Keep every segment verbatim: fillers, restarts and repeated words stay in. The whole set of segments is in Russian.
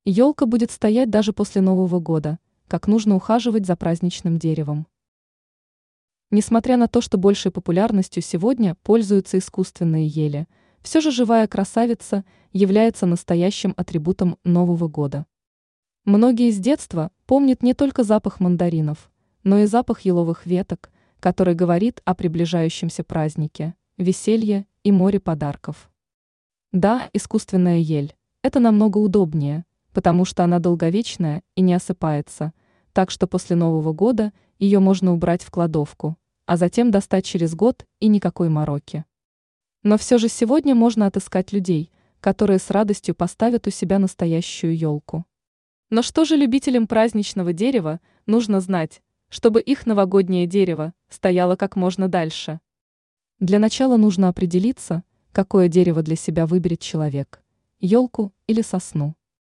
Елка будет стоять даже после Нового года, как нужно ухаживать за праздничным деревом. Несмотря на то, что большей популярностью сегодня пользуются искусственные ели, все же живая красавица является настоящим атрибутом Нового года. Многие с детства помнят не только запах мандаринов, но и запах еловых веток, который говорит о приближающемся празднике, веселье и море подарков. Да, искусственная ель – это намного удобнее, потому что она долговечная и не осыпается, так что после Нового года ее можно убрать в кладовку, а затем достать через год и никакой мороки. Но все же сегодня можно отыскать людей, которые с радостью поставят у себя настоящую елку. Но что же любителям праздничного дерева нужно знать, чтобы их новогоднее дерево стояло как можно дальше? Для начала нужно определиться, какое дерево для себя выберет человек – елку или сосну.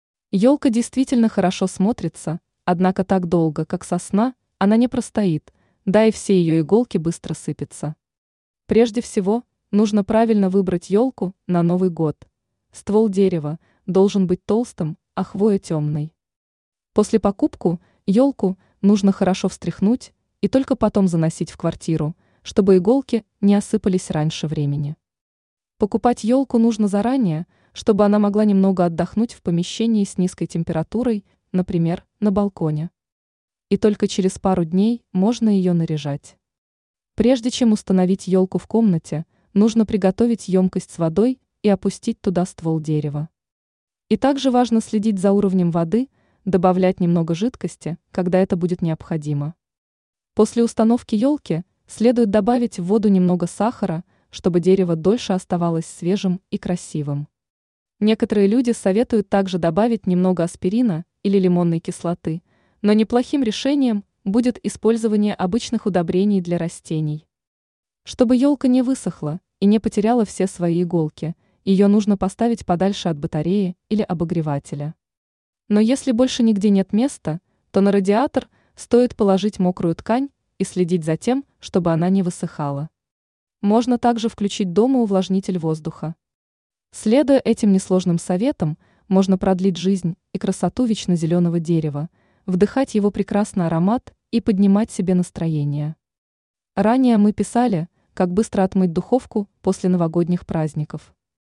Елка действительно хорошо смотрится, однако так долго, как сосна, она не простоит, да и все ее иголки быстро сыпятся. Прежде всего, нужно правильно выбрать елку на Новый год. Ствол дерева должен быть толстым, а хвоя темной. После покупки елку нужно хорошо встряхнуть и только потом заносить в квартиру, чтобы иголки не осыпались раньше времени. Покупать елку нужно заранее, чтобы она могла немного отдохнуть в помещении с низкой температурой, например, на балконе. И только через пару дней можно ее наряжать. Прежде чем установить елку в комнате, нужно приготовить емкость с водой и опустить туда ствол дерева. И также важно следить за уровнем воды, добавлять немного жидкости, когда это будет необходимо. После установки елки следует добавить в воду немного сахара, чтобы дерево дольше оставалось свежим и красивым. Некоторые люди советуют также добавить немного аспирина или лимонной кислоты, но неплохим решением будет использование обычных удобрений для растений. Чтобы елка не высохла и не потеряла все свои иголки, ее нужно поставить подальше от батареи или обогревателя. Но если больше нигде нет места, то на радиатор стоит положить мокрую ткань и следить за тем, чтобы она не высыхала. Можно также включить дома увлажнитель воздуха. Следуя этим несложным советам, можно продлить жизнь и красоту вечно зеленого дерева, вдыхать его прекрасный аромат и поднимать себе настроение. Ранее мы писали, как быстро отмыть духовку после новогодних праздников.